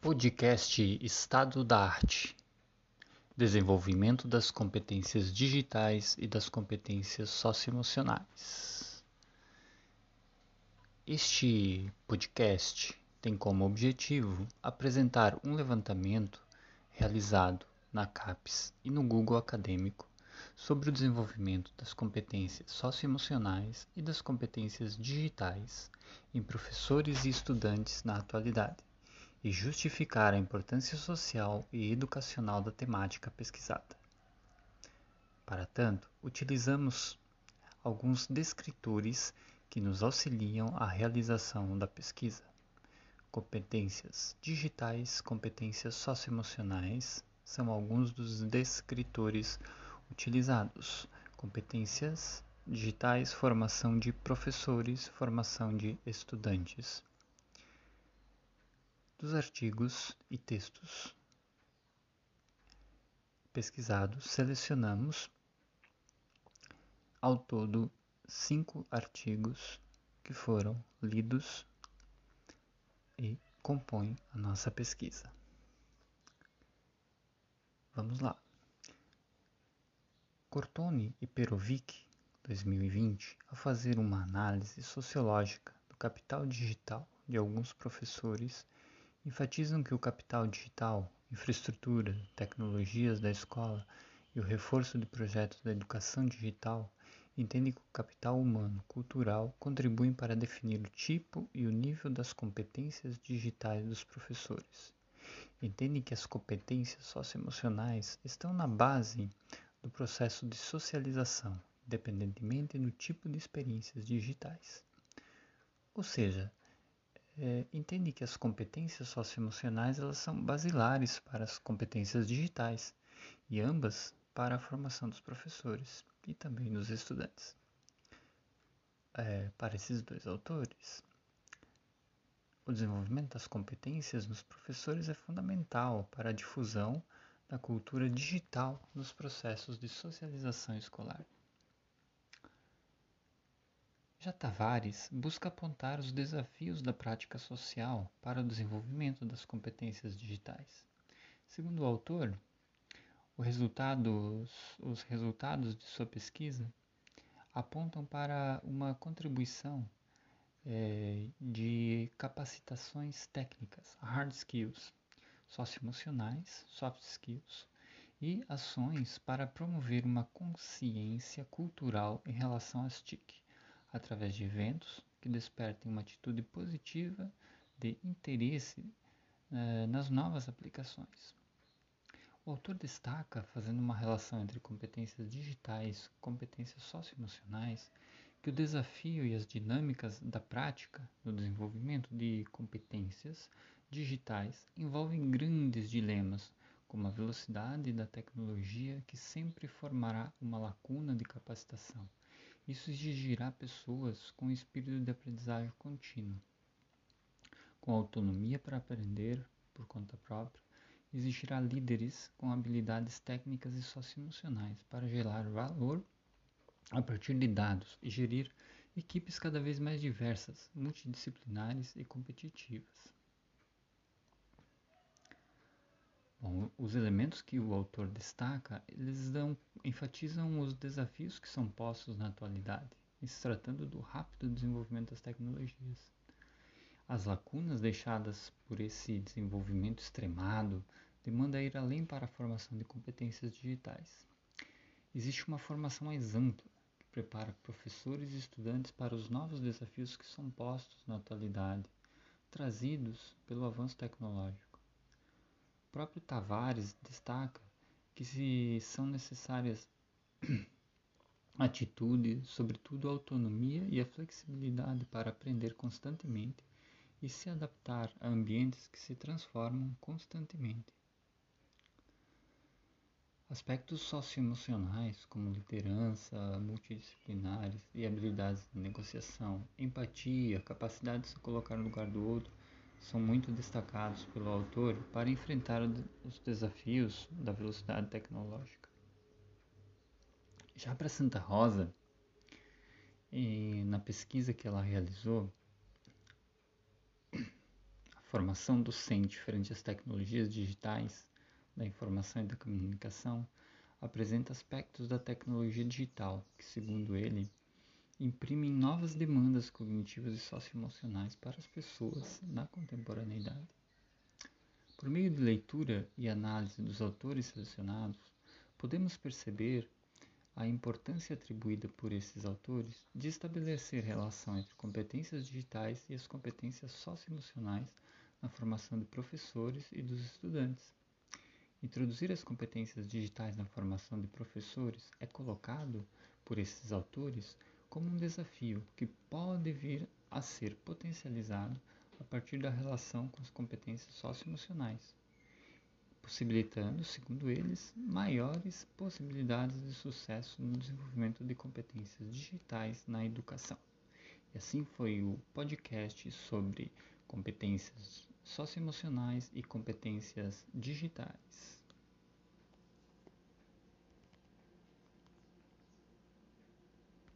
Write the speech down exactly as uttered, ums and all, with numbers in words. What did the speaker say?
Podcast Estado da Arte: Desenvolvimento das competências digitais e das competências socioemocionais. Este podcast tem como objetivo apresentar um levantamento realizado na CAPES e no Google Acadêmico sobre o desenvolvimento das competências socioemocionais e das competências digitais em professores e estudantes na atualidade, e justificar a importância social e educacional da temática pesquisada. Para tanto, utilizamos alguns descritores que nos auxiliam à realização da pesquisa. Competências digitais, competências socioemocionais são alguns dos descritores utilizados. Competências digitais, formação de professores, formação de estudantes. Dos artigos e textos pesquisados, selecionamos ao todo cinco artigos que foram lidos e compõem a nossa pesquisa. Vamos lá. Cortoni e Perovic, dois mil e vinte, ao fazer uma análise sociológica do capital digital de alguns professores, enfatizam que o capital digital, infraestrutura, tecnologias da escola e o reforço de projetos da educação digital entendem que o capital humano cultural contribuem para definir o tipo e o nível das competências digitais dos professores. Entendem que as competências socioemocionais estão na base do processo de socialização, independentemente do tipo de experiências digitais. Ou seja, É, entende que as competências socioemocionais elas são basilares para as competências digitais e ambas para a formação dos professores e também dos estudantes. É, para esses dois autores, o desenvolvimento das competências nos professores é fundamental para a difusão da cultura digital nos processos de socialização escolar. Já Tavares busca apontar os desafios da prática social para o desenvolvimento das competências digitais. Segundo o autor, resultados, os resultados de sua pesquisa apontam para uma contribuição é, de capacitações técnicas, hard skills, socioemocionais, soft skills, e ações para promover uma consciência cultural em relação às T I C, através de eventos que despertem uma atitude positiva de interesse eh, nas novas aplicações. O autor destaca, fazendo uma relação entre competências digitais e competências socioemocionais, que o desafio e as dinâmicas da prática no desenvolvimento de competências digitais envolvem grandes dilemas, como a velocidade da tecnologia, que sempre formará uma lacuna de capacitação. Isso exigirá pessoas com espírito de aprendizagem contínua, com autonomia para aprender por conta própria. Exigirá líderes com habilidades técnicas e socioemocionais para gerar valor a partir de dados e gerir equipes cada vez mais diversas, multidisciplinares e competitivas. Bom, os elementos que o autor destaca, eles dão, enfatizam os desafios que são postos na atualidade, e se tratando do rápido desenvolvimento das tecnologias. As lacunas deixadas por esse desenvolvimento extremado demandam ir além para a formação de competências digitais. Existe uma formação mais ampla, que prepara professores e estudantes para os novos desafios que são postos na atualidade, trazidos pelo avanço tecnológico. O próprio Tavares destaca que se são necessárias atitude, sobretudo a autonomia e a flexibilidade para aprender constantemente e se adaptar a ambientes que se transformam constantemente. Aspectos socioemocionais, como liderança, multidisciplinares e habilidades de negociação, empatia, capacidade de se colocar no lugar do outro, são muito destacados pelo autor para enfrentar os desafios da velocidade tecnológica. Já para Santa Rosa, na pesquisa que ela realizou, a formação docente frente às tecnologias digitais da informação e da comunicação apresenta aspectos da tecnologia digital que, segundo ele, imprimem novas demandas cognitivas e socioemocionais para as pessoas na contemporaneidade. Por meio de leitura e análise dos autores selecionados, podemos perceber a importância atribuída por esses autores de estabelecer relação entre competências digitais e as competências socioemocionais na formação de professores e dos estudantes. Introduzir as competências digitais na formação de professores é colocado por esses autores como um desafio que pode vir a ser potencializado a partir da relação com as competências socioemocionais, possibilitando, segundo eles, maiores possibilidades de sucesso no desenvolvimento de competências digitais na educação. E assim foi o podcast sobre competências socioemocionais e competências digitais.